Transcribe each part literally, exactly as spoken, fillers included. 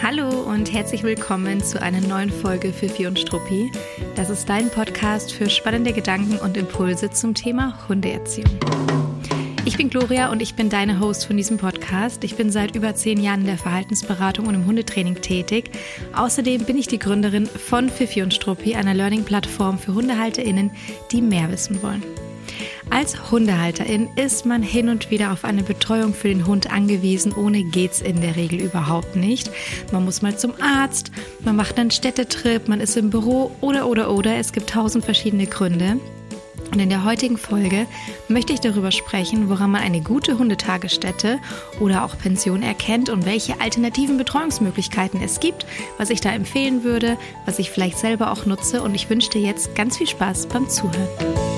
Hallo und herzlich willkommen zu einer neuen Folge Fifi und Struppi. Das ist dein Podcast für spannende Gedanken und Impulse zum Thema Hundeerziehung. Ich bin Gloria und ich bin deine Host von diesem Podcast. Ich bin seit über zehn Jahren in der Verhaltensberatung und im Hundetraining tätig. Außerdem bin ich die Gründerin von Fifi und Struppi, einer Learning-Plattform für HundehalterInnen, die mehr wissen wollen. Als Hundehalterin ist man hin und wieder auf eine Betreuung für den Hund angewiesen. Ohne geht's in der Regel überhaupt nicht. Man muss mal zum Arzt, man macht einen Städtetrip, man ist im Büro oder, oder, oder. Es gibt tausend verschiedene Gründe. Und in der heutigen Folge möchte ich darüber sprechen, woran man eine gute Hundetagesstätte oder auch Pension erkennt und welche alternativen Betreuungsmöglichkeiten es gibt, was ich da empfehlen würde, was ich vielleicht selber auch nutze. Und ich wünsche dir jetzt ganz viel Spaß beim Zuhören.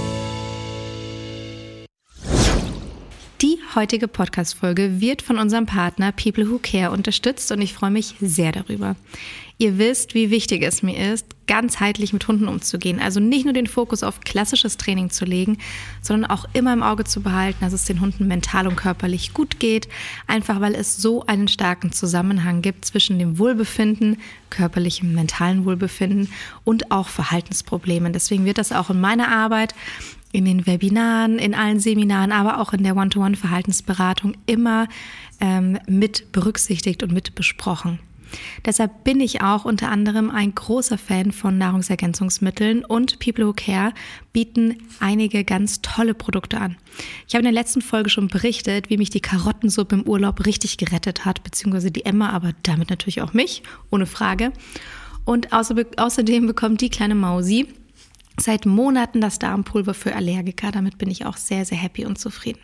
Die heutige Podcast-Folge wird von unserem Partner People Who Care unterstützt und ich freue mich sehr darüber. Ihr wisst, wie wichtig es mir ist, ganzheitlich mit Hunden umzugehen. Also nicht nur den Fokus auf klassisches Training zu legen, sondern auch immer im Auge zu behalten, dass es den Hunden mental und körperlich gut geht. Einfach weil es so einen starken Zusammenhang gibt zwischen dem Wohlbefinden, körperlichem, mentalen Wohlbefinden und auch Verhaltensproblemen. Deswegen wird das auch in meiner Arbeit, in den Webinaren, in allen Seminaren, aber auch in der One-to-One-Verhaltensberatung immer ähm, mit berücksichtigt und mit besprochen. Deshalb bin ich auch unter anderem ein großer Fan von Nahrungsergänzungsmitteln und People Who Care bieten einige ganz tolle Produkte an. Ich habe in der letzten Folge schon berichtet, wie mich die Karottensuppe im Urlaub richtig gerettet hat, beziehungsweise die Emma, aber damit natürlich auch mich, ohne Frage. Und außerdem bekommt die kleine Mausi seit Monaten das Darmpulver für Allergiker. Damit bin ich auch sehr, sehr happy und zufrieden.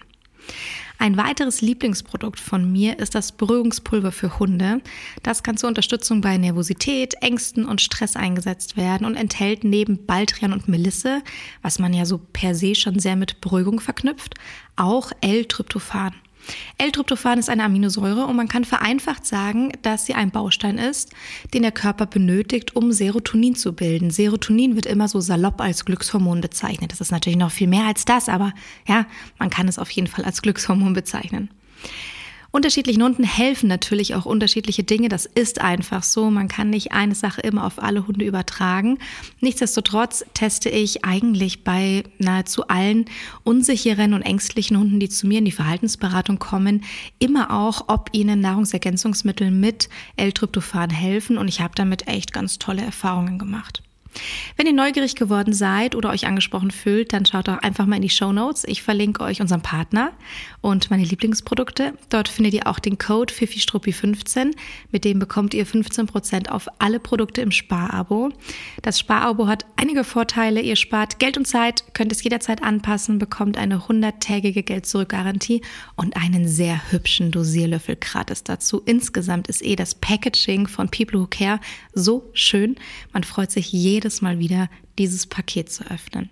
Ein weiteres Lieblingsprodukt von mir ist das Beruhigungspulver für Hunde. Das kann zur Unterstützung bei Nervosität, Ängsten und Stress eingesetzt werden und enthält neben Baldrian und Melisse, was man ja so per se schon sehr mit Beruhigung verknüpft, auch L-Tryptophan. L-Tryptophan ist eine Aminosäure und man kann vereinfacht sagen, dass sie ein Baustein ist, den der Körper benötigt, um Serotonin zu bilden. Serotonin wird immer so salopp als Glückshormon bezeichnet. Das ist natürlich noch viel mehr als das, aber ja, man kann es auf jeden Fall als Glückshormon bezeichnen. Unterschiedlichen Hunden helfen natürlich auch unterschiedliche Dinge. Das ist einfach so. Man kann nicht eine Sache immer auf alle Hunde übertragen. Nichtsdestotrotz teste ich eigentlich bei nahezu allen unsicheren und ängstlichen Hunden, die zu mir in die Verhaltensberatung kommen, immer auch, ob ihnen Nahrungsergänzungsmittel mit L-Tryptophan helfen. Und ich habe damit echt ganz tolle Erfahrungen gemacht. Wenn ihr neugierig geworden seid oder euch angesprochen fühlt, dann schaut doch einfach mal in die Shownotes. Ich verlinke euch unseren Partner und meine Lieblingsprodukte. Dort findet ihr auch den Code Fifi Struppi fünfzehn. Mit dem bekommt ihr fünfzehn Prozent auf alle Produkte im Sparabo. Das Sparabo hat einige Vorteile. Ihr spart Geld und Zeit, könnt es jederzeit anpassen, bekommt eine hunderttägige Geld-Zurück-Garantie und einen sehr hübschen Dosierlöffel gratis dazu. Insgesamt ist eh das Packaging von People Who Care so schön. Man freut sich jedes Mal wieder, dieses Paket zu öffnen.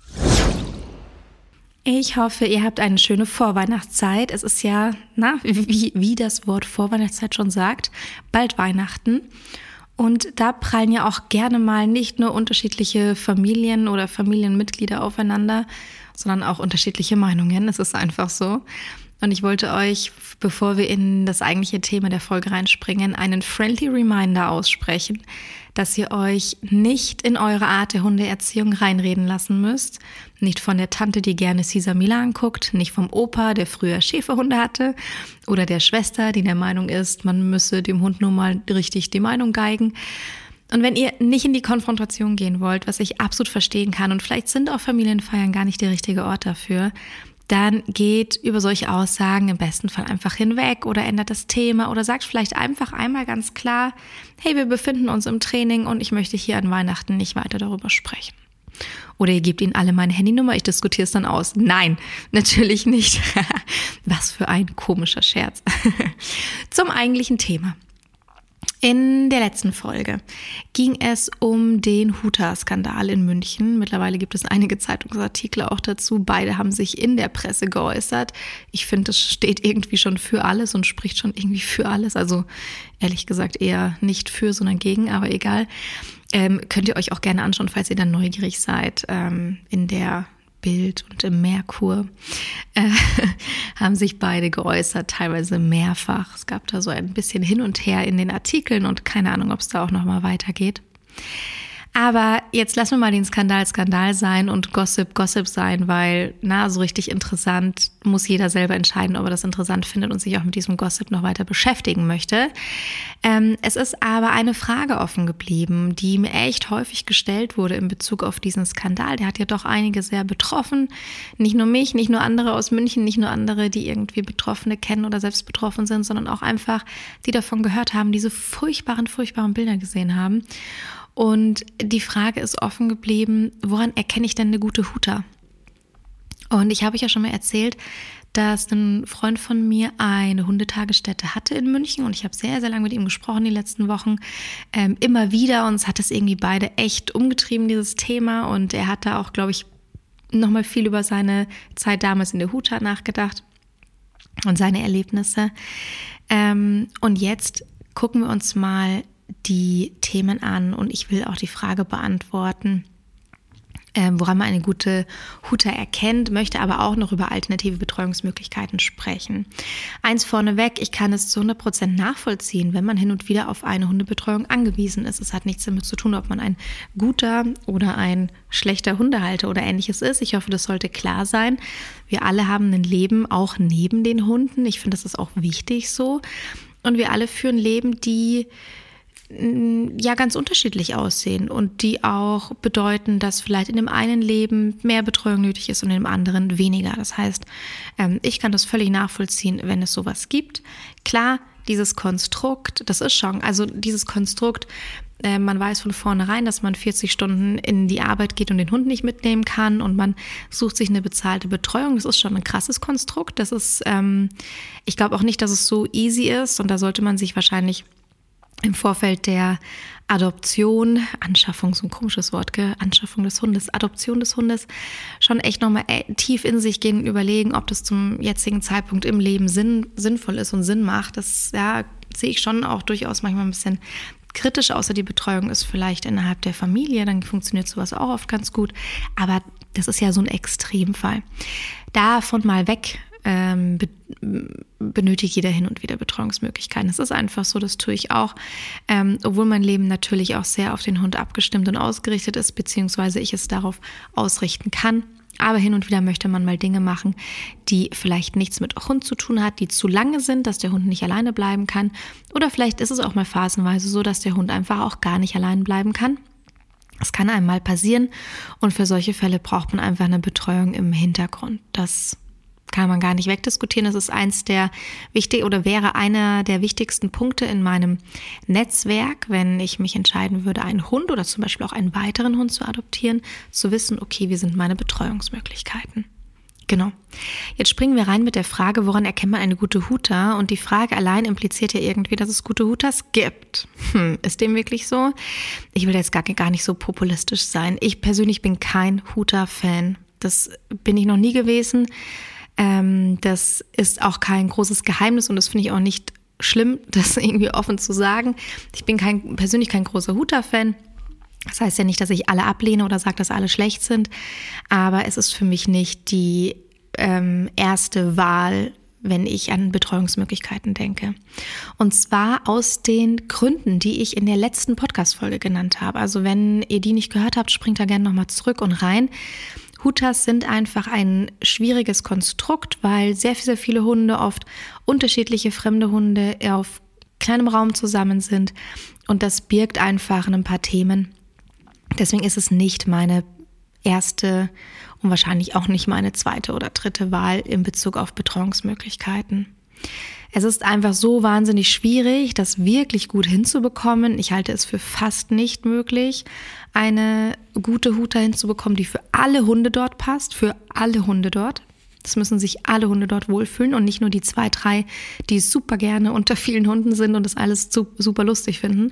Ich hoffe, ihr habt eine schöne Vorweihnachtszeit. Es ist ja, na, wie, wie das Wort Vorweihnachtszeit schon sagt, bald Weihnachten. Und da prallen ja auch gerne mal nicht nur unterschiedliche Familien oder Familienmitglieder aufeinander, sondern auch unterschiedliche Meinungen. Es ist einfach so. Und ich wollte euch, bevor wir in das eigentliche Thema der Folge reinspringen, einen friendly Reminder aussprechen, dass ihr euch nicht in eure Art der Hundeerziehung reinreden lassen müsst. Nicht von der Tante, die gerne Cesar Millan guckt, nicht vom Opa, der früher Schäferhunde hatte, oder der Schwester, die der Meinung ist, man müsse dem Hund nur mal richtig die Meinung geigen. Und wenn ihr nicht in die Konfrontation gehen wollt, was ich absolut verstehen kann, und vielleicht sind auch Familienfeiern gar nicht der richtige Ort dafür, dann geht über solche Aussagen im besten Fall einfach hinweg oder ändert das Thema oder sagt vielleicht einfach einmal ganz klar, hey, wir befinden uns im Training und ich möchte hier an Weihnachten nicht weiter darüber sprechen. Oder ihr gebt ihnen alle meine Handynummer, ich diskutiere es dann aus. Nein, natürlich nicht. Was für ein komischer Scherz. Zum eigentlichen Thema. In der letzten Folge ging es um den Huta-Skandal in München. Mittlerweile gibt es einige Zeitungsartikel auch dazu. Beide haben sich in der Presse geäußert. Ich finde, es steht irgendwie schon für alles und spricht schon irgendwie für alles. Also ehrlich gesagt eher nicht für, sondern gegen, aber egal. Ähm, könnt ihr euch auch gerne anschauen, falls ihr dann neugierig seid, ähm, in der Bild und im Merkur äh, haben sich beide geäußert, teilweise mehrfach. Es gab da so ein bisschen hin und her in den Artikeln und keine Ahnung, ob es da auch nochmal weitergeht. Aber jetzt lassen wir mal den Skandal Skandal sein und Gossip Gossip sein, weil, na, so richtig interessant muss jeder selber entscheiden, ob er das interessant findet und sich auch mit diesem Gossip noch weiter beschäftigen möchte. Ähm, es ist aber eine Frage offen geblieben, die mir echt häufig gestellt wurde in Bezug auf diesen Skandal. Der hat ja doch einige sehr betroffen. Nicht nur mich, nicht nur andere aus München, nicht nur andere, die irgendwie Betroffene kennen oder selbst betroffen sind, sondern auch einfach, die davon gehört haben, diese furchtbaren, furchtbaren Bilder gesehen haben. Und die Frage ist offen geblieben, woran erkenne ich denn eine gute Huta? Und ich habe euch ja schon mal erzählt, dass ein Freund von mir eine Hundetagesstätte hatte in München und ich habe sehr, sehr lange mit ihm gesprochen die letzten Wochen, ähm, immer wieder. Uns hat es irgendwie beide echt umgetrieben, dieses Thema, und er hat da auch, glaube ich, nochmal viel über seine Zeit damals in der Huta nachgedacht und seine Erlebnisse. Ähm, und jetzt gucken wir uns mal die Themen an und ich will auch die Frage beantworten, äh, woran man eine gute Huta erkennt, möchte aber auch noch über alternative Betreuungsmöglichkeiten sprechen. Eins vorneweg, ich kann es zu hundert Prozent nachvollziehen, wenn man hin und wieder auf eine Hundebetreuung angewiesen ist. Es hat nichts damit zu tun, ob man ein guter oder ein schlechter Hundehalter oder ähnliches ist. Ich hoffe, das sollte klar sein. Wir alle haben ein Leben auch neben den Hunden. Ich finde, das ist auch wichtig so. Und wir alle führen Leben, die ja ganz unterschiedlich aussehen und die auch bedeuten, dass vielleicht in dem einen Leben mehr Betreuung nötig ist und in dem anderen weniger. Das heißt, ich kann das völlig nachvollziehen, wenn es sowas gibt. Klar, dieses Konstrukt, das ist schon, also dieses Konstrukt, man weiß von vornherein, dass man vierzig Stunden in die Arbeit geht und den Hund nicht mitnehmen kann und man sucht sich eine bezahlte Betreuung. Das ist schon ein krasses Konstrukt. Das ist, ähm, ich glaube auch nicht, dass es so easy ist, und da sollte man sich wahrscheinlich im Vorfeld der Adoption, Anschaffung, so ein komisches Wort, gell? Anschaffung des Hundes, Adoption des Hundes, schon echt nochmal tief in sich gehen und überlegen, ob das zum jetzigen Zeitpunkt im Leben sinn, sinnvoll ist und Sinn macht. Das ja, sehe ich schon auch durchaus manchmal ein bisschen kritisch, außer die Betreuung ist vielleicht innerhalb der Familie, dann funktioniert sowas auch oft ganz gut. Aber das ist ja so ein Extremfall. Davon mal weg. Ähm, be- benötigt jeder hin und wieder Betreuungsmöglichkeiten. Das ist einfach so, das tue ich auch, ähm, obwohl mein Leben natürlich auch sehr auf den Hund abgestimmt und ausgerichtet ist, beziehungsweise ich es darauf ausrichten kann. Aber hin und wieder möchte man mal Dinge machen, die vielleicht nichts mit Hund zu tun hat, die zu lange sind, dass der Hund nicht alleine bleiben kann. Oder vielleicht ist es auch mal phasenweise so, dass der Hund einfach auch gar nicht allein bleiben kann. Das kann einem mal passieren, und für solche Fälle braucht man einfach eine Betreuung im Hintergrund. Das kann man gar nicht wegdiskutieren. Das ist eins der wichtig oder wäre einer der wichtigsten Punkte in meinem Netzwerk, wenn ich mich entscheiden würde, einen Hund oder zum Beispiel auch einen weiteren Hund zu adoptieren, zu wissen, okay, wie sind meine Betreuungsmöglichkeiten? Genau. Jetzt springen wir rein mit der Frage, woran erkennt man eine gute Huta? Und die Frage allein impliziert ja irgendwie, dass es gute Hutas gibt. Hm, ist dem wirklich so? Ich will jetzt gar, gar nicht so populistisch sein. Ich persönlich bin kein Huta-Fan. Das bin ich noch nie gewesen. Ähm, das ist auch kein großes Geheimnis und das finde ich auch nicht schlimm, das irgendwie offen zu sagen. Ich bin kein, persönlich kein großer Huta-Fan. Das heißt ja nicht, dass ich alle ablehne oder sage, dass alle schlecht sind, aber es ist für mich nicht die ähm, erste Wahl, wenn ich an Betreuungsmöglichkeiten denke. Und zwar aus den Gründen, die ich in der letzten Podcast-Folge genannt habe. Also wenn ihr die nicht gehört habt, springt da gerne nochmal zurück und rein. Hutas sind einfach ein schwieriges Konstrukt, weil sehr, sehr viele Hunde, oft unterschiedliche fremde Hunde auf kleinem Raum zusammen sind, und das birgt einfach ein paar Themen. Deswegen ist es nicht meine erste und wahrscheinlich auch nicht meine zweite oder dritte Wahl in Bezug auf Betreuungsmöglichkeiten. Es ist einfach so wahnsinnig schwierig, das wirklich gut hinzubekommen. Ich halte es für fast nicht möglich, eine gute Huta hinzubekommen, die für alle Hunde dort passt, für alle Hunde dort. Es müssen sich alle Hunde dort wohlfühlen und nicht nur die zwei, drei, die super gerne unter vielen Hunden sind und das alles super lustig finden.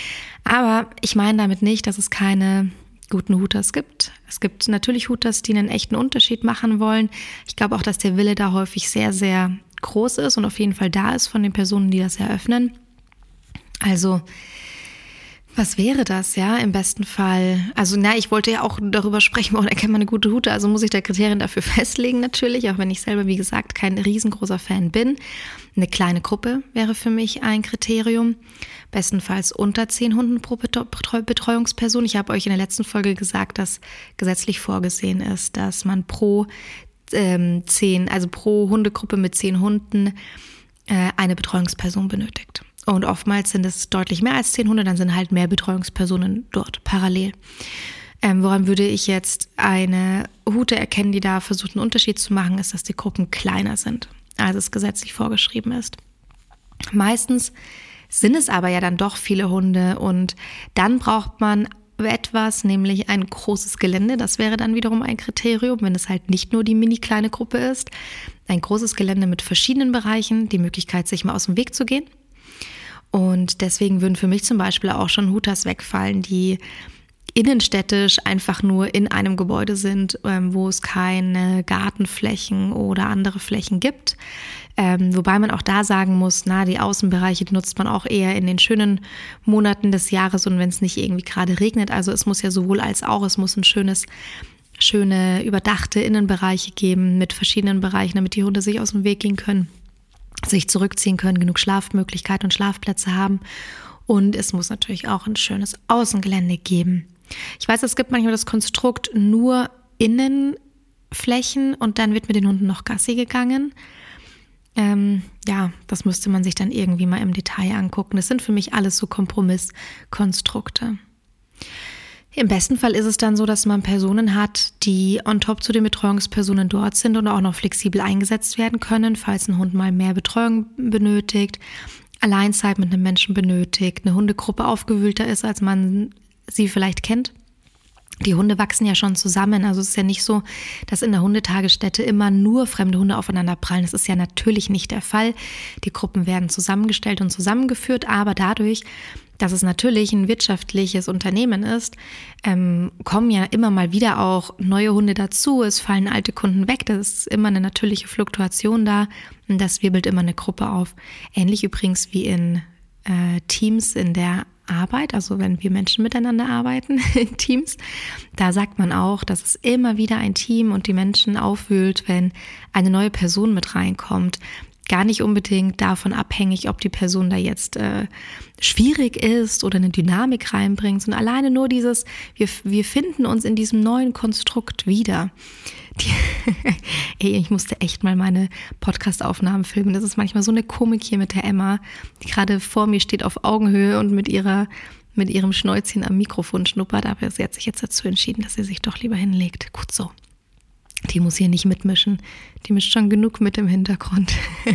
Aber ich meine damit nicht, dass es keine guten Hutas gibt. Es gibt natürlich Hutas, die einen echten Unterschied machen wollen. Ich glaube auch, dass der Wille da häufig sehr, sehr groß ist und auf jeden Fall da ist von den Personen, die das eröffnen. Also Was wäre das, ja, im besten Fall? Also, na, ich wollte ja auch darüber sprechen, woran erkennt man eine gute Route. Also muss ich da Kriterien dafür festlegen natürlich, auch wenn ich selber, wie gesagt, kein riesengroßer Fan bin. Eine kleine Gruppe wäre für mich ein Kriterium. Bestenfalls unter zehn Hunden pro Betreuungsperson. Ich habe euch in der letzten Folge gesagt, dass gesetzlich vorgesehen ist, dass man pro ähm, zehn, also pro Hundegruppe mit zehn Hunden äh, eine Betreuungsperson benötigt. Und oftmals sind es deutlich mehr als zehn Hunde, dann sind halt mehr Betreuungspersonen dort parallel. Ähm, woran würde ich jetzt eine Hute erkennen, die da versucht, einen Unterschied zu machen, ist, dass die Gruppen kleiner sind, als es gesetzlich vorgeschrieben ist. Meistens sind es aber ja dann doch viele Hunde und dann braucht man etwas, nämlich ein großes Gelände. Das wäre dann wiederum ein Kriterium, wenn es halt nicht nur die mini kleine Gruppe ist. Ein großes Gelände mit verschiedenen Bereichen, die Möglichkeit, sich mal aus dem Weg zu gehen. Und deswegen würden für mich zum Beispiel auch schon Hutas wegfallen, die innenstädtisch einfach nur in einem Gebäude sind, ähm, wo es keine Gartenflächen oder andere Flächen gibt. Ähm, wobei man auch da sagen muss, na, die Außenbereiche die nutzt man auch eher in den schönen Monaten des Jahres und wenn es nicht irgendwie gerade regnet. Also es muss ja sowohl als auch, es muss ein schönes, schöne überdachte Innenbereiche geben mit verschiedenen Bereichen, damit die Hunde sich aus dem Weg gehen können, sich zurückziehen können, genug Schlafmöglichkeiten und Schlafplätze haben. Und es muss natürlich auch ein schönes Außengelände geben. Ich weiß, es gibt manchmal das Konstrukt nur Innenflächen und dann wird mit den Hunden noch Gassi gegangen. Ähm, ja, das müsste man sich dann irgendwie mal im Detail angucken. Das sind für mich alles so Kompromisskonstrukte. Im besten Fall ist es dann so, dass man Personen hat, die on top zu den Betreuungspersonen dort sind und auch noch flexibel eingesetzt werden können, falls ein Hund mal mehr Betreuung benötigt, Alleinzeit mit einem Menschen benötigt, eine Hundegruppe aufgewühlter ist, als man sie vielleicht kennt. Die Hunde wachsen ja schon zusammen, also es ist ja nicht so, dass in der Hundetagesstätte immer nur fremde Hunde aufeinander prallen. Das ist ja natürlich nicht der Fall. Die Gruppen werden zusammengestellt und zusammengeführt, aber dadurch, dass es natürlich ein wirtschaftliches Unternehmen ist, ähm, kommen ja immer mal wieder auch neue Hunde dazu. Es fallen alte Kunden weg. Das ist immer eine natürliche Fluktuation da und das wirbelt immer eine Gruppe auf. Ähnlich übrigens wie in äh, Teams in der Arbeit, also wenn wir Menschen miteinander arbeiten in Teams, da sagt man auch, dass es immer wieder ein Team und die Menschen aufwühlt, wenn eine neue Person mit reinkommt. Gar nicht unbedingt davon abhängig, ob die Person da jetzt äh, schwierig ist oder eine Dynamik reinbringt, sondern alleine nur dieses, wir, wir finden uns in diesem neuen Konstrukt wieder. Die, ey, ich musste echt mal meine Podcast-Aufnahmen filmen. Das ist manchmal so eine Komik hier mit der Emma, die gerade vor mir steht auf Augenhöhe und mit ihrer mit ihrem Schnäuzchen am Mikrofon schnuppert, aber sie hat sich jetzt dazu entschieden, dass sie sich doch lieber hinlegt. Gut so. Die muss hier nicht mitmischen. Die mischt schon genug mit im Hintergrund.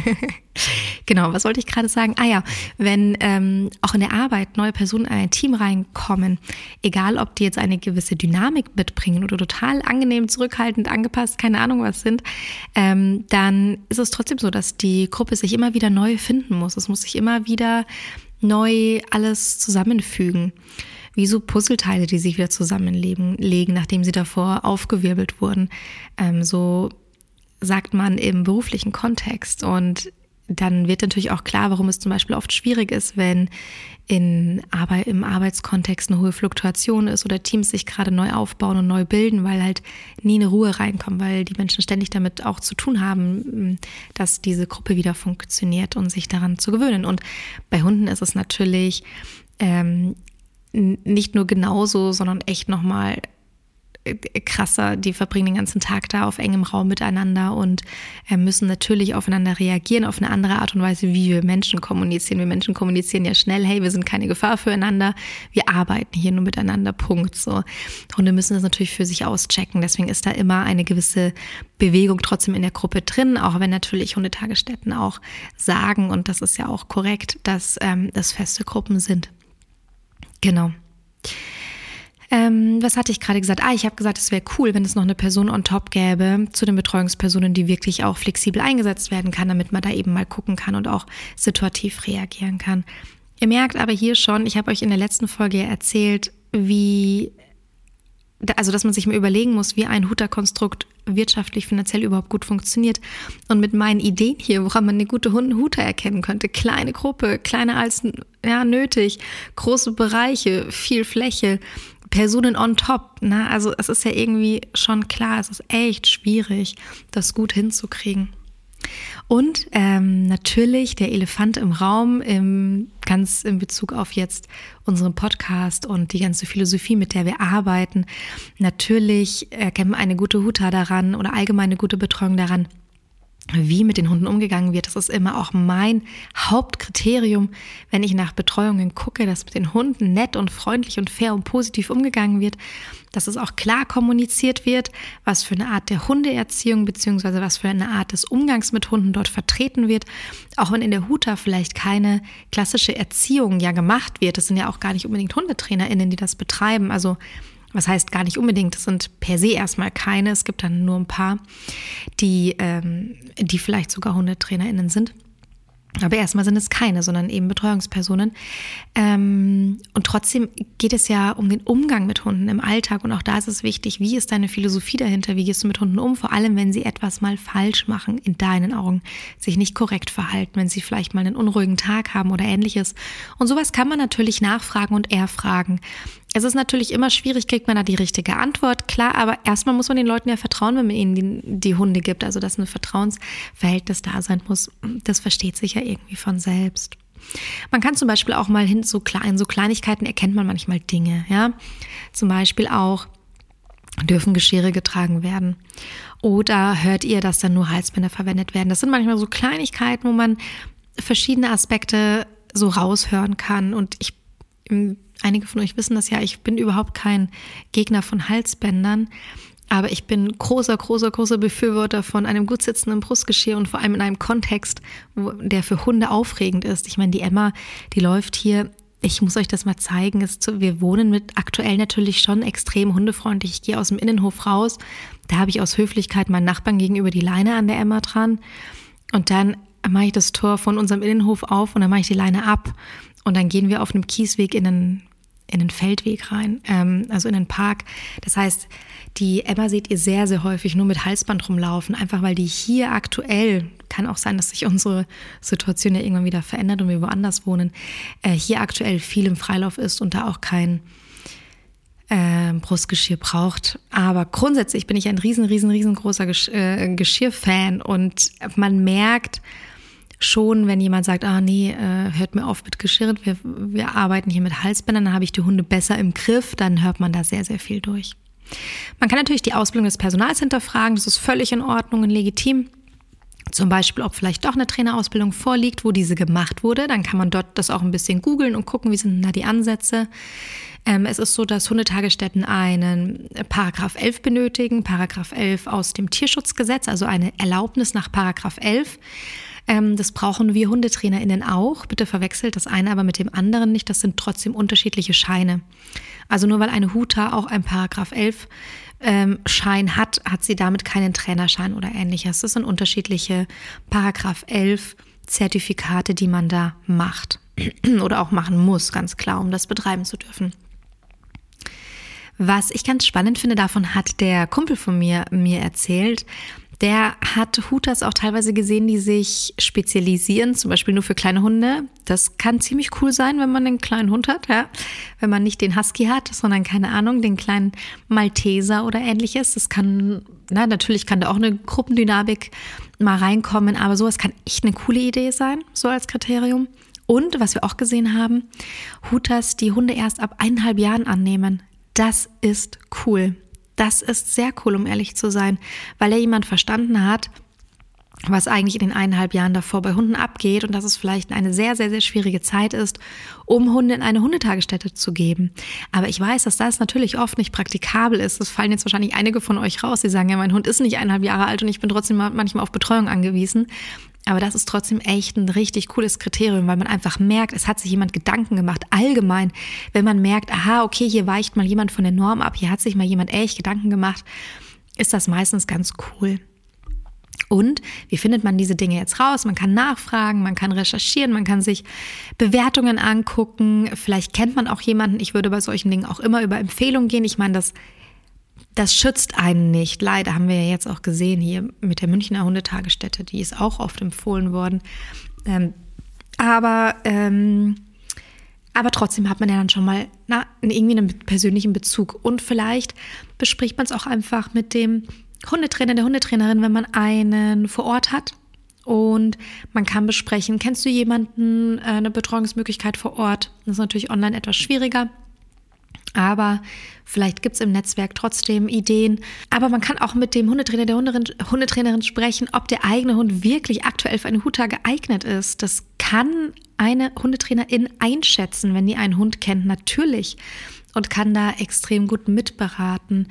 Genau, was wollte ich gerade sagen? Ah ja, wenn ähm, auch in der Arbeit neue Personen in ein Team reinkommen, egal ob die jetzt eine gewisse Dynamik mitbringen oder total angenehm, zurückhaltend, angepasst, keine Ahnung was sind, ähm, dann ist es trotzdem so, dass die Gruppe sich immer wieder neu finden muss. Es muss sich immer wieder neu alles zusammenfügen. Wie so Puzzleteile, die sich wieder zusammenlegen, legen, nachdem sie davor aufgewirbelt wurden. Ähm, so sagt man im beruflichen Kontext. Und dann wird natürlich auch klar, warum es zum Beispiel oft schwierig ist, wenn in Arbeit, im Arbeitskontext eine hohe Fluktuation ist oder Teams sich gerade neu aufbauen und neu bilden, weil halt nie eine Ruhe reinkommt, weil die Menschen ständig damit auch zu tun haben, dass diese Gruppe wieder funktioniert und sich daran zu gewöhnen. Und bei Hunden ist es natürlich ähm, nicht nur genauso, sondern echt nochmal krasser. Die verbringen den ganzen Tag da auf engem Raum miteinander und müssen natürlich aufeinander reagieren, auf eine andere Art und Weise, wie wir Menschen kommunizieren. Wir Menschen kommunizieren ja schnell, hey, wir sind keine Gefahr füreinander, wir arbeiten hier nur miteinander, Punkt. So. Hunde müssen das natürlich für sich auschecken, deswegen ist da immer eine gewisse Bewegung trotzdem in der Gruppe drin, auch wenn natürlich Hundetagesstätten auch sagen, und das ist ja auch korrekt, dass ähm, das feste Gruppen sind. Genau. Ähm, was hatte ich gerade gesagt? Ah, ich habe gesagt, es wäre cool, wenn es noch eine Person on top gäbe zu den Betreuungspersonen, die wirklich auch flexibel eingesetzt werden kann, damit man da eben mal gucken kann und auch situativ reagieren kann. Ihr merkt aber hier schon, ich habe euch in der letzten Folge ja erzählt, wie also dass man sich mal überlegen muss, wie ein Huta-Konstrukt wirtschaftlich, finanziell überhaupt gut funktioniert. Und mit meinen Ideen hier, woran man eine gute Huta erkennen könnte, kleine Gruppe, kleiner als ja, nötig, große Bereiche, viel Fläche, Personen on top. Ne? Also es ist ja irgendwie schon klar, es ist echt schwierig, das gut hinzukriegen. Und ähm, natürlich der Elefant im Raum, im, ganz in Bezug auf jetzt unseren Podcast und die ganze Philosophie, mit der wir arbeiten. Natürlich erkennen wir eine gute Huta daran oder allgemein eine gute Betreuung daran, wie mit den Hunden umgegangen wird. Das ist immer auch mein Hauptkriterium, wenn ich nach Betreuungen gucke, dass mit den Hunden nett und freundlich und fair und positiv umgegangen wird, dass es auch klar kommuniziert wird, was für eine Art der Hundeerziehung beziehungsweise was für eine Art des Umgangs mit Hunden dort vertreten wird. Auch wenn in der Huta vielleicht keine klassische Erziehung ja gemacht wird. Das sind ja auch gar nicht unbedingt HundetrainerInnen, die das betreiben. Also was heißt gar nicht unbedingt, das sind per se erstmal keine, es gibt dann nur ein paar, die, ähm, die vielleicht sogar HundetrainerInnen sind. Aber erstmal sind es keine, sondern eben Betreuungspersonen. Ähm, und trotzdem geht es ja um den Umgang mit Hunden im Alltag. Und auch da ist es wichtig, wie ist deine Philosophie dahinter? Wie gehst du mit Hunden um? Vor allem, wenn sie etwas mal falsch machen, in deinen Augen, sich nicht korrekt verhalten, wenn sie vielleicht mal einen unruhigen Tag haben oder ähnliches. Und sowas kann man natürlich nachfragen und erfragen. Es ist natürlich immer schwierig, kriegt man da die richtige Antwort, klar, aber erstmal muss man den Leuten ja vertrauen, wenn man ihnen die, die Hunde gibt, also dass ein Vertrauensverhältnis da sein muss, das versteht sich ja irgendwie von selbst. Man kann zum Beispiel auch mal hin, so klein, so Kleinigkeiten erkennt man manchmal Dinge, ja, zum Beispiel auch, dürfen Geschirre getragen werden oder hört ihr, dass dann nur Halsbänder verwendet werden, das sind manchmal so Kleinigkeiten, wo man verschiedene Aspekte so raushören kann und ich Einige von euch wissen das ja, ich bin überhaupt kein Gegner von Halsbändern, aber ich bin großer, großer, großer Befürworter von einem gut sitzenden Brustgeschirr und vor allem in einem Kontext, wo, der für Hunde aufregend ist. Ich meine, die Emma, die läuft hier, ich muss euch das mal zeigen, ist, wir wohnen mit aktuell natürlich schon extrem hundefreundlich. Ich gehe aus dem Innenhof raus, da habe ich aus Höflichkeit meinen Nachbarn gegenüber die Leine an der Emma dran und dann mache ich das Tor von unserem Innenhof auf und dann mache ich die Leine ab. Und dann gehen wir auf einem Kiesweg in einen, in einen Feldweg rein, ähm, also in einen Park. Das heißt, die Emma seht ihr sehr, sehr häufig nur mit Halsband rumlaufen, einfach weil die hier aktuell, kann auch sein, dass sich unsere Situation ja irgendwann wieder verändert und wir woanders wohnen, äh, hier aktuell viel im Freilauf ist und da auch kein äh, Brustgeschirr braucht. Aber grundsätzlich bin ich ein riesen, riesen, riesengroßer Gesch- äh, Geschirrfan und man merkt, schon, wenn jemand sagt, ah nee, äh, hört mir auf mit Geschirr, wir, wir arbeiten hier mit Halsbändern, dann habe ich die Hunde besser im Griff, dann hört man da sehr, sehr viel durch. Man kann natürlich die Ausbildung des Personals hinterfragen, das ist völlig in Ordnung und legitim. Zum Beispiel, ob vielleicht doch eine Trainerausbildung vorliegt, wo diese gemacht wurde, dann kann man dort das auch ein bisschen googeln und gucken, wie sind da die Ansätze. Ähm, es ist so, dass Hundetagesstätten einen Paragraph elf benötigen, Paragraph elf aus dem Tierschutzgesetz, also eine Erlaubnis nach Paragraph elf. Das brauchen wir HundetrainerInnen auch. Bitte verwechselt das eine aber mit dem anderen nicht. Das sind trotzdem unterschiedliche Scheine. Also nur weil eine Huta auch einen Paragraph elf ähm, Schein hat, hat sie damit keinen Trainerschein oder ähnliches. Das sind unterschiedliche Paragraph elf Zertifikate, die man da macht oder auch machen muss, ganz klar, um das betreiben zu dürfen. Was ich ganz spannend finde, davon hat der Kumpel von mir mir erzählt. Der hat Hutas auch teilweise gesehen, die sich spezialisieren, zum Beispiel nur für kleine Hunde. Das kann ziemlich cool sein, wenn man einen kleinen Hund hat, ja. Wenn man nicht den Husky hat, sondern keine Ahnung, den kleinen Malteser oder ähnliches. Das kann, na, natürlich kann da auch eine Gruppendynamik mal reinkommen, aber sowas kann echt eine coole Idee sein, so als Kriterium. Und was wir auch gesehen haben, Hutas, die Hunde erst ab eineinhalb Jahren annehmen. Das ist cool. Das ist sehr cool, um ehrlich zu sein, weil ja jemand verstanden hat, was eigentlich in den eineinhalb Jahren davor bei Hunden abgeht und dass es vielleicht eine sehr, sehr, sehr schwierige Zeit ist, um Hunde in eine Hundetagesstätte zu geben. Aber ich weiß, dass das natürlich oft nicht praktikabel ist. Das fallen jetzt wahrscheinlich einige von euch raus, die sagen, ja, mein Hund ist nicht eineinhalb Jahre alt und ich bin trotzdem manchmal auf Betreuung angewiesen. Aber das ist trotzdem echt ein richtig cooles Kriterium, weil man einfach merkt, es hat sich jemand Gedanken gemacht, allgemein. Wenn man merkt, aha, okay, hier weicht mal jemand von der Norm ab, hier hat sich mal jemand echt Gedanken gemacht, ist das meistens ganz cool. Und wie findet man diese Dinge jetzt raus? Man kann nachfragen, man kann recherchieren, man kann sich Bewertungen angucken. Vielleicht kennt man auch jemanden. Ich würde bei solchen Dingen auch immer über Empfehlungen gehen. Ich meine, das Das schützt einen nicht. Leider haben wir ja jetzt auch gesehen hier mit der Münchner Hundetagesstätte, die ist auch oft empfohlen worden. Ähm, aber, ähm, aber trotzdem hat man ja dann schon mal na, irgendwie einen persönlichen Bezug. Und vielleicht bespricht man es auch einfach mit dem Hundetrainer, der Hundetrainerin, wenn man einen vor Ort hat. Und man kann besprechen, kennst du jemanden, eine Betreuungsmöglichkeit vor Ort? Das ist natürlich online etwas schwieriger. Aber vielleicht gibt es im Netzwerk trotzdem Ideen. Aber man kann auch mit dem Hundetrainer, der Hundetrainerin sprechen, ob der eigene Hund wirklich aktuell für eine Huta geeignet ist. Das kann eine Hundetrainerin einschätzen, wenn die einen Hund kennt, natürlich. Und kann da extrem gut mitberaten.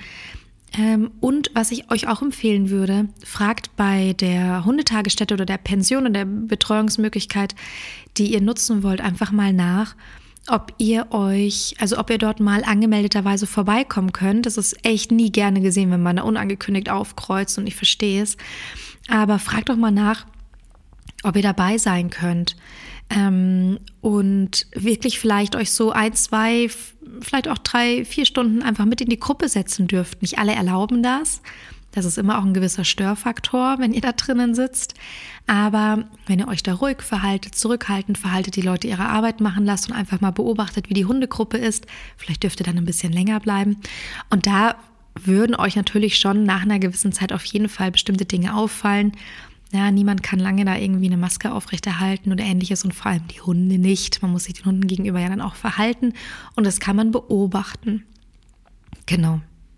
Und was ich euch auch empfehlen würde, fragt bei der Hundetagesstätte oder der Pension oder der Betreuungsmöglichkeit, die ihr nutzen wollt, einfach mal nach, ob ihr euch, also ob ihr dort mal angemeldeterweise vorbeikommen könnt. Das ist echt nie gerne gesehen, wenn man da unangekündigt aufkreuzt, und ich verstehe es. Aber fragt doch mal nach, ob ihr dabei sein könnt. Ähm, und wirklich vielleicht euch so ein, zwei, vielleicht auch drei, vier Stunden einfach mit in die Gruppe setzen dürft. Nicht alle erlauben das. Das ist immer auch ein gewisser Störfaktor, wenn ihr da drinnen sitzt. Aber wenn ihr euch da ruhig verhaltet, zurückhaltend verhaltet, die Leute ihre Arbeit machen lasst und einfach mal beobachtet, wie die Hundegruppe ist, vielleicht dürft ihr dann ein bisschen länger bleiben. Und da würden euch natürlich schon nach einer gewissen Zeit auf jeden Fall bestimmte Dinge auffallen. Ja, niemand kann lange da irgendwie eine Maske aufrechterhalten oder Ähnliches, und vor allem die Hunde nicht. Man muss sich den Hunden gegenüber ja dann auch verhalten, und das kann man beobachten. Genau.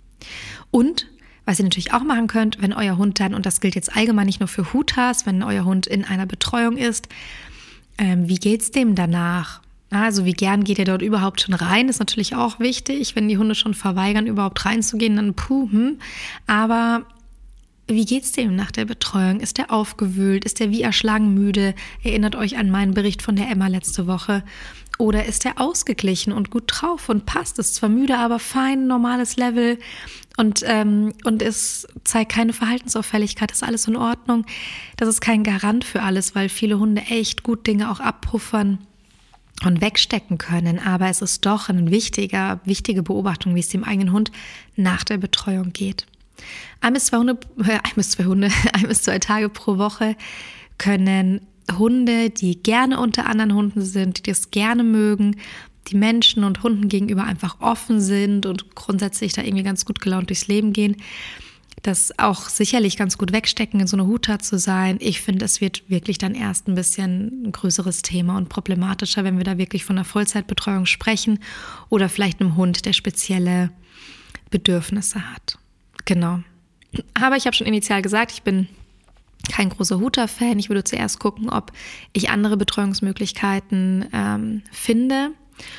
Und was ihr natürlich auch machen könnt, wenn euer Hund dann, und das gilt jetzt allgemein nicht nur für Hutas, wenn euer Hund in einer Betreuung ist, ähm, wie geht's dem danach? Also wie gern geht ihr dort überhaupt schon rein, ist natürlich auch wichtig. Wenn die Hunde schon verweigern, überhaupt reinzugehen, dann puh, hm. Aber wie geht's dem nach der Betreuung? Ist der aufgewühlt? Ist der wie erschlagen müde? Erinnert euch an meinen Bericht von der Emma letzte Woche. Oder ist der ausgeglichen und gut drauf und passt? Ist zwar müde, aber fein, normales Level und, ähm, und es zeigt keine Verhaltensauffälligkeit, ist alles in Ordnung. Das ist kein Garant für alles, weil viele Hunde echt gut Dinge auch abpuffern und wegstecken können. Aber es ist doch eine wichtige, wichtige Beobachtung, wie es dem eigenen Hund nach der Betreuung geht. Ein bis zwei Hunde, äh, ein bis zwei Hunde, ein bis zwei Tage pro Woche können Hunde, die gerne unter anderen Hunden sind, die das gerne mögen, die Menschen und Hunden gegenüber einfach offen sind und grundsätzlich da irgendwie ganz gut gelaunt durchs Leben gehen, das auch sicherlich ganz gut wegstecken, in so einer Huta zu sein. Ich finde, es wird wirklich dann erst ein bisschen ein größeres Thema und problematischer, wenn wir da wirklich von einer Vollzeitbetreuung sprechen oder vielleicht einem Hund, der spezielle Bedürfnisse hat. Genau. Aber ich habe schon initial gesagt, ich bin kein großer Huta-Fan. Ich würde zuerst gucken, ob ich andere Betreuungsmöglichkeiten ähm, finde.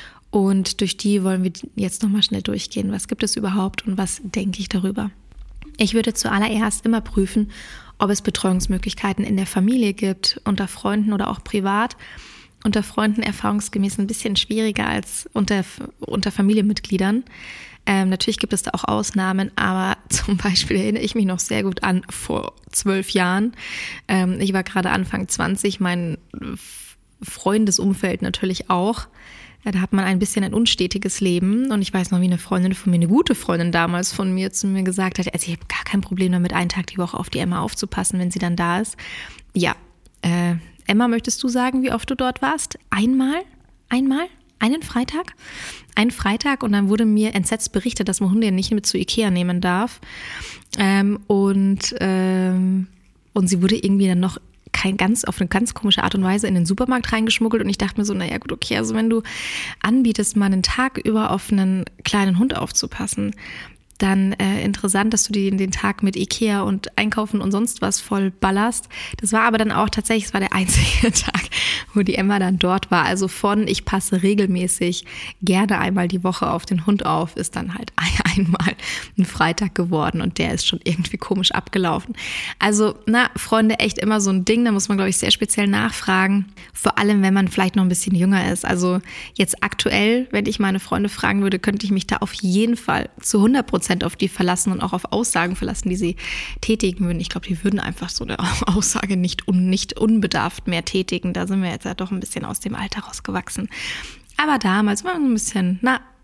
Und durch die wollen wir jetzt nochmal schnell durchgehen. Was gibt es überhaupt und was denke ich darüber? Ich würde zuallererst immer prüfen, ob es Betreuungsmöglichkeiten in der Familie gibt, unter Freunden oder auch privat. Unter Freunden erfahrungsgemäß ein bisschen schwieriger als unter, unter Familienmitgliedern. Ähm, natürlich gibt es da auch Ausnahmen, aber zum Beispiel erinnere ich mich noch sehr gut an vor zwölf Jahren. Ähm, ich war gerade Anfang zwanzig, mein Freundesumfeld natürlich auch. Ja, da hat man ein bisschen ein unstetiges Leben, und ich weiß noch, wie eine Freundin von mir, eine gute Freundin damals von mir zu mir gesagt hat, also ich habe gar kein Problem damit, einen Tag die Woche auf die Emma aufzupassen, wenn sie dann da ist. Ja, äh, Emma, möchtest du sagen, wie oft du dort warst? Einmal? Einmal? Einen Freitag? Einen Freitag, und dann wurde mir entsetzt berichtet, dass man Hunde nicht mit zu Ikea nehmen darf. Ähm, und, ähm, und sie wurde irgendwie dann noch kein ganz, auf eine ganz komische Art und Weise in den Supermarkt reingeschmuggelt, und ich dachte mir so, naja gut, okay, also wenn du anbietest, mal einen Tag über auf einen kleinen Hund aufzupassen, dann äh, interessant, dass du die, den Tag mit Ikea und Einkaufen und sonst was voll ballerst. Das war aber dann auch tatsächlich, es war der einzige Tag, wo die Emma dann dort war. Also von ich passe regelmäßig gerne einmal die Woche auf den Hund auf, ist dann halt einmal ein Freitag geworden, und der ist schon irgendwie komisch abgelaufen. Also, na, Freunde, echt immer so ein Ding, da muss man, glaube ich, sehr speziell nachfragen. Vor allem, wenn man vielleicht noch ein bisschen jünger ist. Also jetzt aktuell, wenn ich meine Freunde fragen würde, könnte ich mich da auf jeden Fall zu hundert Prozent auf die verlassen und auch auf Aussagen verlassen, die sie tätigen würden. Ich glaube, die würden einfach so eine Aussage nicht, un, nicht unbedarft mehr tätigen. Da sind wir jetzt ja doch ein bisschen aus dem Alter rausgewachsen. Aber damals war ein bisschen, na,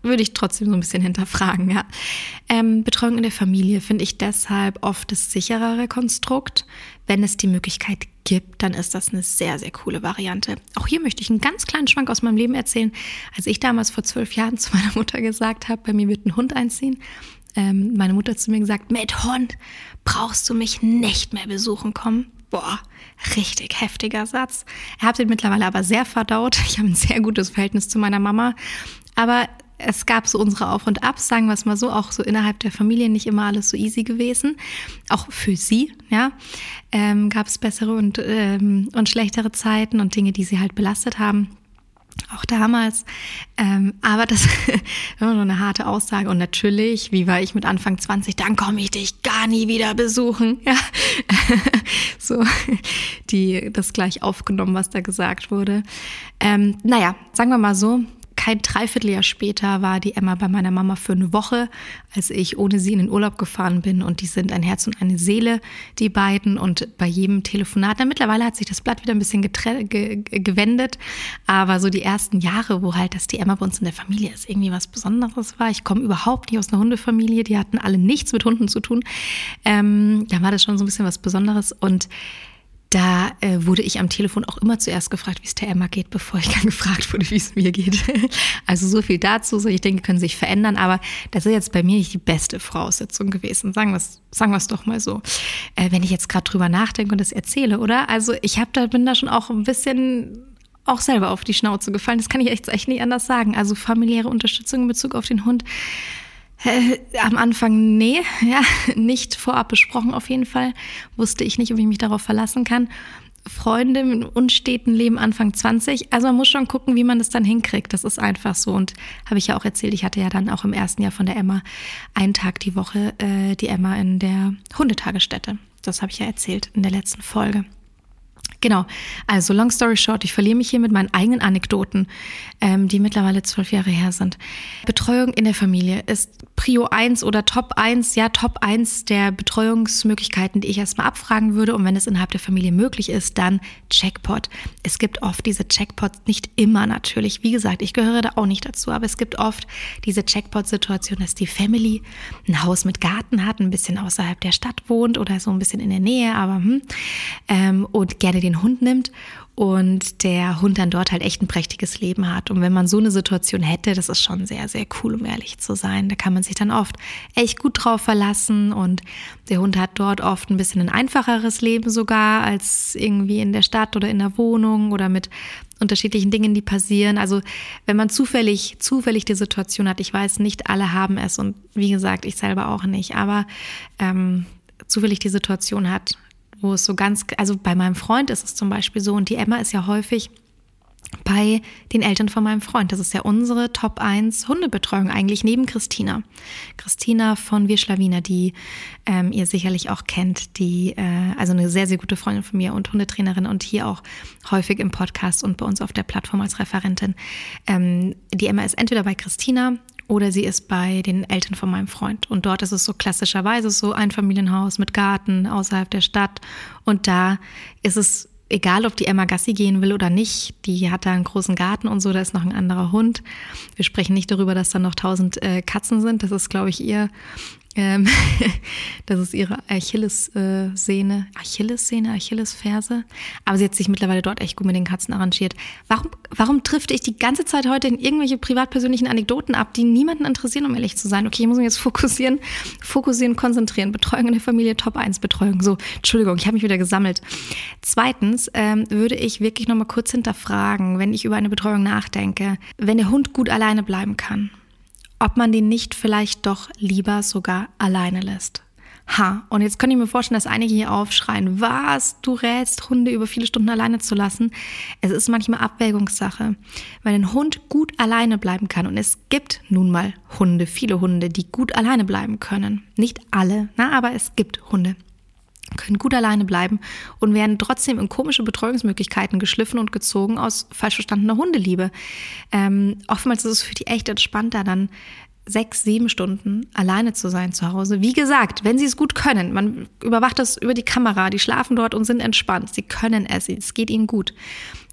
würde ich trotzdem so ein bisschen hinterfragen, ja. Ähm, Betreuung in der Familie finde ich deshalb oft das sicherere Konstrukt. Wenn es die Möglichkeit gibt, dann ist das eine sehr, sehr coole Variante. Auch hier möchte ich einen ganz kleinen Schwank aus meinem Leben erzählen. Als ich damals vor zwölf Jahren zu meiner Mutter gesagt habe, bei mir wird ein Hund einziehen, ähm, meine Mutter hat zu mir gesagt, mit Hund brauchst du mich nicht mehr besuchen kommen. Boah, richtig heftiger Satz. Er hat ihn mittlerweile aber sehr verdaut. Ich habe ein sehr gutes Verhältnis zu meiner Mama. Aber es gab so unsere Auf- und Abs, sagen wir es mal so, auch so innerhalb der Familie nicht immer alles so easy gewesen. Auch für sie, ja, ähm, gab es bessere und, ähm, und schlechtere Zeiten und Dinge, die sie halt belastet haben. Auch damals. Ähm, aber das ist immer so eine harte Aussage. Und natürlich, wie war ich mit Anfang zwanzig, dann komme ich dich gar nie wieder besuchen. Ja, so die das gleich aufgenommen, was da gesagt wurde. Ähm, naja, sagen wir mal so. Kein Dreivierteljahr später war die Emma bei meiner Mama für eine Woche, als ich ohne sie in den Urlaub gefahren bin. Und die sind ein Herz und eine Seele, die beiden. Und bei jedem Telefonat, na, mittlerweile hat sich das Blatt wieder ein bisschen getre- ge- gewendet. Aber so die ersten Jahre, wo halt das die Emma bei uns in der Familie ist, irgendwie was Besonderes war. Ich komme überhaupt nicht aus einer Hundefamilie. Die hatten alle nichts mit Hunden zu tun. Ähm, da war das schon so ein bisschen was Besonderes. Und Da äh, wurde ich am Telefon auch immer zuerst gefragt, wie es der Emma geht, bevor ich dann gefragt wurde, wie es mir geht. Also so viel dazu. So, ich denke, können sich verändern, aber das ist jetzt bei mir nicht die beste Voraussetzung gewesen. Sagen wir es, sagen wir es doch mal so. Äh, wenn ich jetzt gerade drüber nachdenke und das erzähle, oder? Also ich hab da, bin da schon auch ein bisschen auch selber auf die Schnauze gefallen. Das kann ich echt, echt nicht anders sagen. Also familiäre Unterstützung in Bezug auf den Hund. Äh, am Anfang, nee, ja, nicht vorab besprochen auf jeden Fall. Wusste ich nicht, ob ich mich darauf verlassen kann. Freunde mit unsteten Leben Anfang zwanzig. Also man muss schon gucken, wie man das dann hinkriegt. Das ist einfach so. Und habe ich ja auch erzählt, ich hatte ja dann auch im ersten Jahr von der Emma einen Tag die Woche äh, die Emma in der Hundetagesstätte. Das habe ich ja erzählt in der letzten Folge. Genau, also long story short, ich verliere mich hier mit meinen eigenen Anekdoten, ähm, die mittlerweile zwölf Jahre her sind. Betreuung in der Familie ist Prio eins oder Top eins, ja Top eins der Betreuungsmöglichkeiten, die ich erstmal abfragen würde. Und wenn es innerhalb der Familie möglich ist, dann Checkpot. Es gibt oft diese Checkpots, nicht immer natürlich. Wie gesagt, ich gehöre da auch nicht dazu, aber es gibt oft diese Checkpot-Situation, dass die Family ein Haus mit Garten hat, ein bisschen außerhalb der Stadt wohnt oder so ein bisschen in der Nähe, aber hm, ähm, und gerne den Hund nimmt und der Hund dann dort halt echt ein prächtiges Leben hat. Und wenn man so eine Situation hätte, das ist schon sehr, sehr cool, um ehrlich zu sein. Da kann man sich dann oft echt gut drauf verlassen und der Hund hat dort oft ein bisschen ein einfacheres Leben sogar als irgendwie in der Stadt oder in der Wohnung oder mit unterschiedlichen Dingen, die passieren. Also wenn man zufällig, zufällig die Situation hat, ich weiß, nicht alle haben es und wie gesagt, ich selber auch nicht, aber ähm, zufällig die Situation hat, wo es so ganz, also bei meinem Freund ist es zum Beispiel so und die Emma ist ja häufig bei den Eltern von meinem Freund. Das ist ja unsere Top eins Hundebetreuung eigentlich neben Christina. Christina von Wir Schlawiner, die ähm, ihr sicherlich auch kennt, die äh, also eine sehr, sehr gute Freundin von mir und Hundetrainerin und hier auch häufig im Podcast und bei uns auf der Plattform als Referentin. Ähm, die Emma ist entweder bei Christina oder sie ist bei den Eltern von meinem Freund. Und dort ist es so klassischerweise so ein Familienhaus mit Garten außerhalb der Stadt. Und da ist es egal, ob die Emma Gassi gehen will oder nicht. Die hat da einen großen Garten und so, da ist noch ein anderer Hund. Wir sprechen nicht darüber, dass da noch tausend äh, Katzen sind. Das ist, glaube ich, ihr... Ähm, das ist ihre Achillessehne, Achillessehne, Achillesferse. Aber sie hat sich mittlerweile dort echt gut mit den Katzen arrangiert. Warum, warum trifft ich die ganze Zeit heute in irgendwelche privatpersönlichen Anekdoten ab, die niemanden interessieren, um ehrlich zu sein? Okay, ich muss mich jetzt fokussieren, fokussieren, konzentrieren. Betreuung in der Familie, Top eins Betreuung. So, Entschuldigung, ich habe mich wieder gesammelt. Zweitens ähm, würde ich wirklich nochmal kurz hinterfragen, wenn ich über eine Betreuung nachdenke, wenn der Hund gut alleine bleiben kann, ob man den nicht vielleicht doch lieber sogar alleine lässt. Ha, und jetzt könnt ihr mir vorstellen, dass einige hier aufschreien, was, du rätst, Hunde über viele Stunden alleine zu lassen. Es ist manchmal Abwägungssache. Wenn ein Hund gut alleine bleiben kann, und es gibt nun mal Hunde, viele Hunde, die gut alleine bleiben können. Nicht alle, na, aber es gibt Hunde. Können gut alleine bleiben und werden trotzdem in komische Betreuungsmöglichkeiten geschliffen und gezogen aus falsch verstandener Hundeliebe. Ähm, oftmals ist es für die echt entspannter, dann sechs, sieben Stunden alleine zu sein zu Hause. Wie gesagt, wenn sie es gut können, man überwacht das über die Kamera, die schlafen dort und sind entspannt, sie können es, es geht ihnen gut.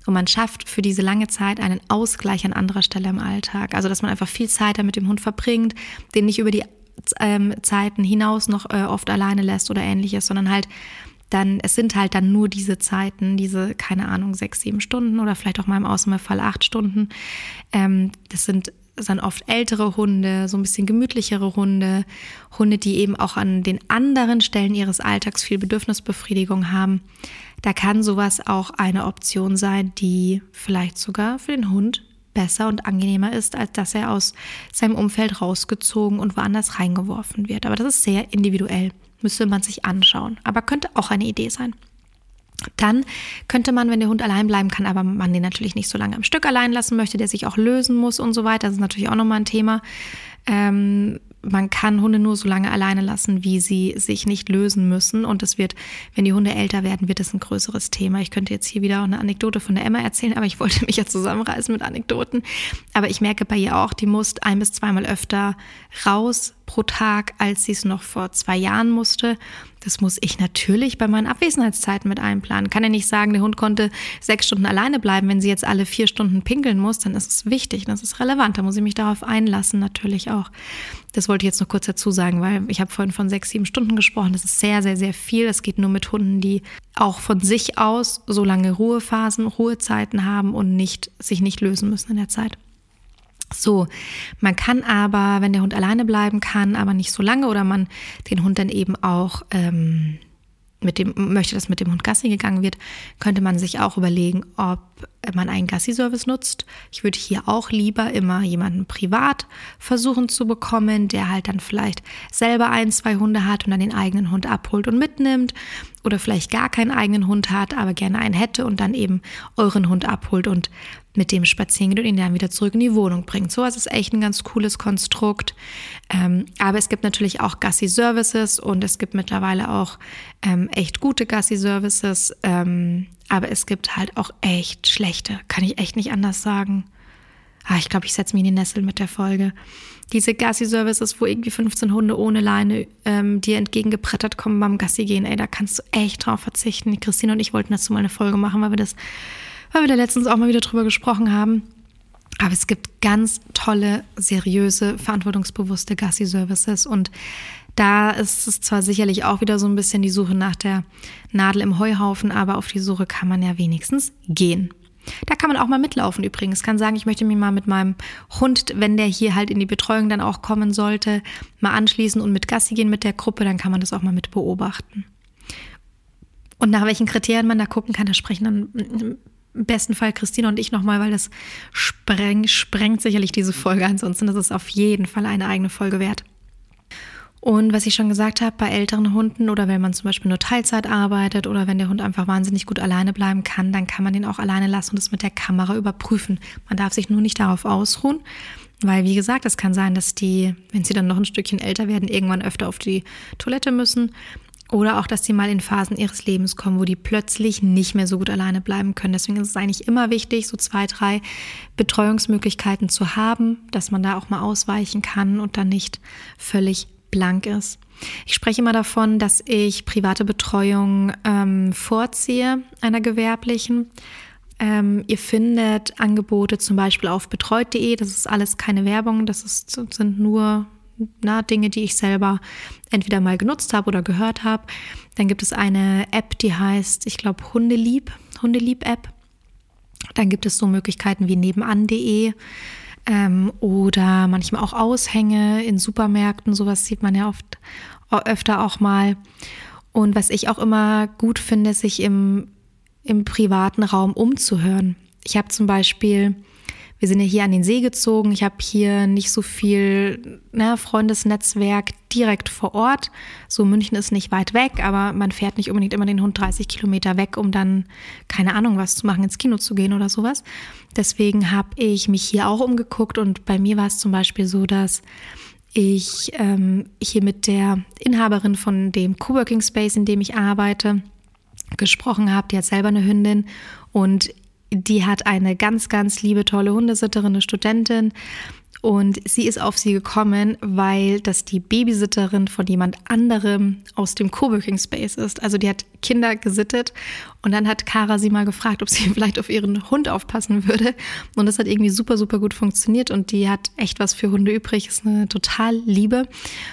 Und man schafft für diese lange Zeit einen Ausgleich an anderer Stelle im Alltag. Also dass man einfach viel Zeit da mit dem Hund verbringt, den nicht über die ähm, Zeiten hinaus noch äh, oft alleine lässt oder ähnliches, sondern halt dann, es sind halt dann nur diese Zeiten, diese, keine Ahnung, sechs, sieben Stunden oder vielleicht auch mal im Ausnahmefall acht Stunden. Ähm, das sind dann oft ältere Hunde, so ein bisschen gemütlichere Hunde, Hunde, die eben auch an den anderen Stellen ihres Alltags viel Bedürfnisbefriedigung haben. Da kann sowas auch eine Option sein, die vielleicht sogar für den Hund besser und angenehmer ist, als dass er aus seinem Umfeld rausgezogen und woanders reingeworfen wird. Aber das ist sehr individuell, müsste man sich anschauen. Aber könnte auch eine Idee sein. Dann könnte man, wenn der Hund allein bleiben kann, aber man den natürlich nicht so lange am Stück allein lassen möchte, der sich auch lösen muss und so weiter, das ist natürlich auch nochmal ein Thema. Ähm, man kann Hunde nur so lange alleine lassen, wie sie sich nicht lösen müssen. Und das wird, wenn die Hunde älter werden, wird das ein größeres Thema. Ich könnte jetzt hier wieder auch eine Anekdote von der Emma erzählen, aber ich wollte mich ja zusammenreißen mit Anekdoten. Aber ich merke bei ihr auch, die muss ein- bis zweimal öfter raus pro Tag, als sie es noch vor zwei Jahren musste. Das muss ich natürlich bei meinen Abwesenheitszeiten mit einplanen. Kann ja nicht sagen, der Hund konnte sechs Stunden alleine bleiben. Wenn sie jetzt alle vier Stunden pinkeln muss, dann ist es wichtig, das ist relevant. Da muss ich mich darauf einlassen, natürlich auch. Das wollte ich jetzt noch kurz dazu sagen, weil ich habe vorhin von sechs, sieben Stunden gesprochen. Das ist sehr, sehr, sehr viel. Das geht nur mit Hunden, die auch von sich aus so lange Ruhephasen, Ruhezeiten haben und nicht, sich nicht lösen müssen in der Zeit. So, man kann aber, wenn der Hund alleine bleiben kann, aber nicht so lange oder man den Hund dann eben auch ähm, mit dem möchte, dass mit dem Hund Gassi gegangen wird, könnte man sich auch überlegen, ob man einen Gassi-Service nutzt. Ich würde hier auch lieber immer jemanden privat versuchen zu bekommen, der halt dann vielleicht selber ein, zwei Hunde hat und dann den eigenen Hund abholt und mitnimmt oder vielleicht gar keinen eigenen Hund hat, aber gerne einen hätte und dann eben euren Hund abholt und mit dem spazieren geht und ihn dann wieder zurück in die Wohnung bringt. So, es ist echt ein ganz cooles Konstrukt. Ähm, aber es gibt natürlich auch Gassi-Services und es gibt mittlerweile auch ähm, echt gute Gassi-Services. Ähm, aber es gibt halt auch echt schlechte, kann ich echt nicht anders sagen. Ah, ich glaube, ich setze mich in die Nessel mit der Folge. Diese Gassi-Services, wo irgendwie fünfzehn Hunde ohne Leine ähm, dir entgegengebrettert kommen beim Gassi gehen, ey, da kannst du echt drauf verzichten. Christine und ich wollten dazu mal eine Folge machen, weil wir das weil wir da letztens auch mal wieder drüber gesprochen haben. Aber es gibt ganz tolle, seriöse, verantwortungsbewusste Gassi-Services und da ist es zwar sicherlich auch wieder so ein bisschen die Suche nach der Nadel im Heuhaufen, aber auf die Suche kann man ja wenigstens gehen. Da kann man auch mal mitlaufen übrigens. Kann sagen, ich möchte mich mal mit meinem Hund, wenn der hier halt in die Betreuung dann auch kommen sollte, mal anschließen und mit Gassi gehen mit der Gruppe, dann kann man das auch mal mit beobachten. Und nach welchen Kriterien man da gucken kann, da sprechen dann im besten Fall Christine und ich nochmal, weil das spreng, sprengt sicherlich diese Folge. Ansonsten ist es auf jeden Fall eine eigene Folge wert. Und was ich schon gesagt habe, bei älteren Hunden oder wenn man zum Beispiel nur Teilzeit arbeitet oder wenn der Hund einfach wahnsinnig gut alleine bleiben kann, dann kann man den auch alleine lassen und das mit der Kamera überprüfen. Man darf sich nur nicht darauf ausruhen, weil wie gesagt, es kann sein, dass die, wenn sie dann noch ein Stückchen älter werden, irgendwann öfter auf die Toilette müssen. Oder auch, dass die mal in Phasen ihres Lebens kommen, wo die plötzlich nicht mehr so gut alleine bleiben können. Deswegen ist es eigentlich immer wichtig, so zwei, drei Betreuungsmöglichkeiten zu haben, dass man da auch mal ausweichen kann und dann nicht völlig blank ist. Ich spreche immer davon, dass ich private Betreuung ähm, vorziehe einer gewerblichen. Ähm, ihr findet Angebote zum Beispiel auf betreut punkt de. Das ist alles keine Werbung, das ist, sind nur Na, Dinge, die ich selber entweder mal genutzt habe oder gehört habe. Dann gibt es eine App, die heißt, ich glaube, Hundelieb, Hundelieb-App. Dann gibt es so Möglichkeiten wie nebenan punkt de ähm, oder manchmal auch Aushänge in Supermärkten. Sowas sieht man ja oft öfter auch mal. Und was ich auch immer gut finde, sich im, im privaten Raum umzuhören. Ich habe zum Beispiel Wir sind ja hier an den See gezogen. Ich habe hier nicht so viel ne, Freundesnetzwerk direkt vor Ort. So, München ist nicht weit weg, aber man fährt nicht unbedingt immer den Hund dreißig Kilometer weg, um dann, keine Ahnung, was zu machen, ins Kino zu gehen oder sowas. Deswegen habe ich mich hier auch umgeguckt und bei mir war es zum Beispiel so, dass ich ähm, hier mit der Inhaberin von dem Coworking Space, in dem ich arbeite, gesprochen habe. Die hat selber eine Hündin und die hat eine ganz, ganz liebe, tolle Hundesitterin, eine Studentin Und sie ist auf sie gekommen, weil das die Babysitterin von jemand anderem aus dem Coworking Space ist. Also die hat Kinder gesittet und dann hat Cara sie mal gefragt, ob sie vielleicht auf ihren Hund aufpassen würde. Und das hat irgendwie super, super gut funktioniert und die hat echt was für Hunde übrig, ist eine total Liebe.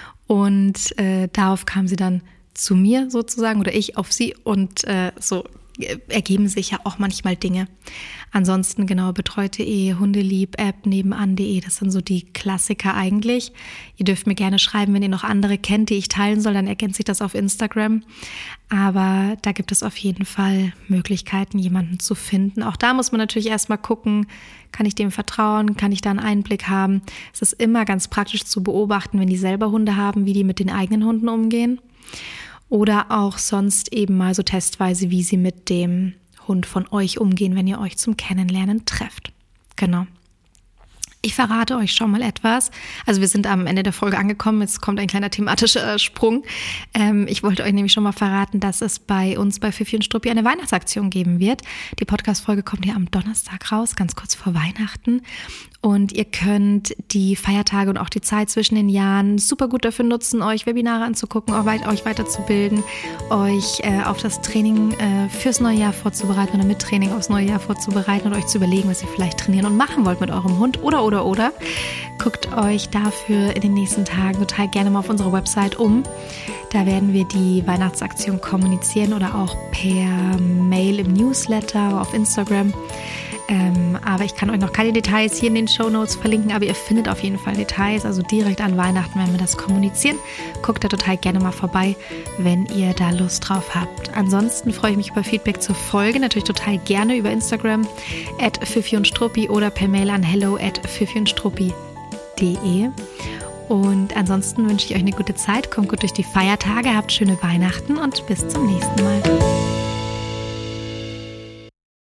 Und äh, darauf kam sie dann zu mir sozusagen oder ich auf sie und äh, so ergeben sich ja auch manchmal Dinge. Ansonsten genau betreute Ehe, Hundelieb-App, nebenan punkt de, das sind so die Klassiker eigentlich. Ihr dürft mir gerne schreiben, wenn ihr noch andere kennt, die ich teilen soll, dann ergänze ich das auf Instagram. Aber da gibt es auf jeden Fall Möglichkeiten, jemanden zu finden. Auch da muss man natürlich erstmal gucken, kann ich dem vertrauen, kann ich da einen Einblick haben. Es ist immer ganz praktisch zu beobachten, wenn die selber Hunde haben, wie die mit den eigenen Hunden umgehen. Oder auch sonst eben mal so testweise, wie sie mit dem Hund von euch umgehen, wenn ihr euch zum Kennenlernen trefft. Genau. Ich verrate euch schon mal etwas. Also wir sind am Ende der Folge angekommen. Jetzt kommt ein kleiner thematischer Sprung. Ähm, ich wollte euch nämlich schon mal verraten, dass es bei uns bei Fifi und Struppi eine Weihnachtsaktion geben wird. Die Podcast-Folge kommt ja am Donnerstag raus, ganz kurz vor Weihnachten. Und ihr könnt die Feiertage und auch die Zeit zwischen den Jahren super gut dafür nutzen, euch Webinare anzugucken, euch weiterzubilden, euch äh, auf das Training äh, fürs neue Jahr vorzubereiten oder mit Training aufs neue Jahr vorzubereiten und euch zu überlegen, was ihr vielleicht trainieren und machen wollt mit eurem Hund oder, oder, oder. Guckt euch dafür in den nächsten Tagen total gerne mal auf unserer Website um. Da werden wir die Weihnachtsaktion kommunizieren oder auch per Mail im Newsletter, auf Instagram. Ähm, aber ich kann euch noch keine Details hier in den Shownotes verlinken, aber ihr findet auf jeden Fall Details, also direkt an Weihnachten werden wir das kommunizieren. Guckt da total gerne mal vorbei, wenn ihr da Lust drauf habt. Ansonsten freue ich mich über Feedback zur Folge, natürlich total gerne über Instagram at Fifi und Struppi oder per Mail an hello at fifi und struppi punkt de. Und ansonsten wünsche ich euch eine gute Zeit, kommt gut durch die Feiertage, habt schöne Weihnachten und bis zum nächsten Mal.